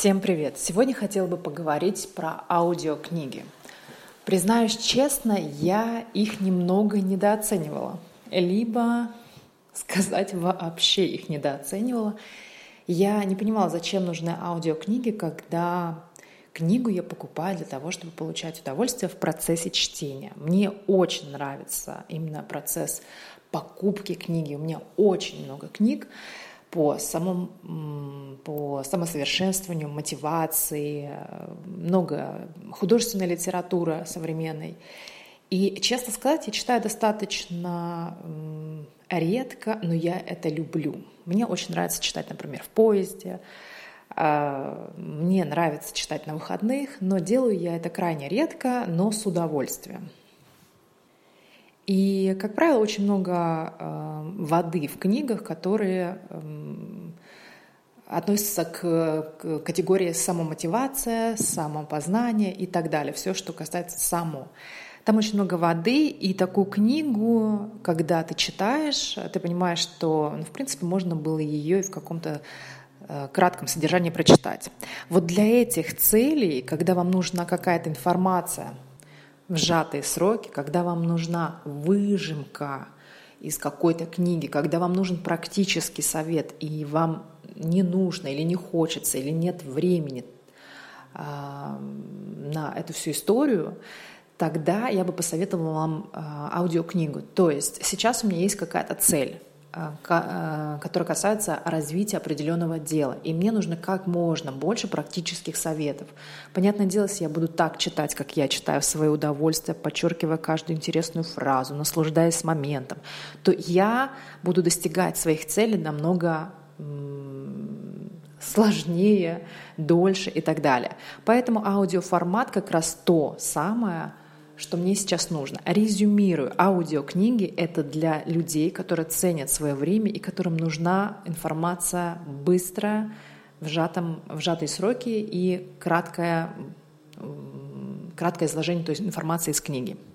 Всем привет! Сегодня хотела бы поговорить про аудиокниги. Признаюсь честно, я их немного недооценивала. Либо, сказать, вообще их недооценивала. Я не понимала, зачем нужны аудиокниги, когда книгу я покупаю для того, чтобы получать удовольствие в процессе чтения. Мне очень нравится именно процесс покупки книги. У меня очень много книг по самосовершенствованию, мотивации, много художественной литературы современной. И, честно сказать, я читаю достаточно редко, но я это люблю. Мне очень нравится читать, например, в поезде. Мне нравится читать на выходных, но делаю я это крайне редко, но с удовольствием. И, как правило, очень много воды в книгах, которые относятся к категории самомотивация, самопознание и так далее. Все, что касается само. Там очень много воды, и такую книгу, когда ты читаешь, ты понимаешь, что, в принципе, можно было ее и в каком-то кратком содержании прочитать. Вот для этих целей, когда вам нужна какая-то информация в сжатые сроки, когда вам нужна выжимка из какой-то книги, когда вам нужен практический совет, и вам не нужно или не хочется, или нет времени на эту всю историю, тогда я бы посоветовала вам аудиокнигу. То есть сейчас у меня есть какая-то цель, которая касается развития определенного дела. И мне нужно как можно больше практических советов. Понятное дело, если я буду так читать, как я читаю, в свое удовольствие, подчеркивая каждую интересную фразу, наслаждаясь моментом, то я буду достигать своих целей намного сложнее, дольше и так далее. Поэтому аудиоформат как раз то самое, что мне сейчас нужно. Резюмирую, аудиокниги — это для людей, которые ценят свое время и которым нужна информация быстрая, в сжатые сроки и краткое изложение той информации из книги.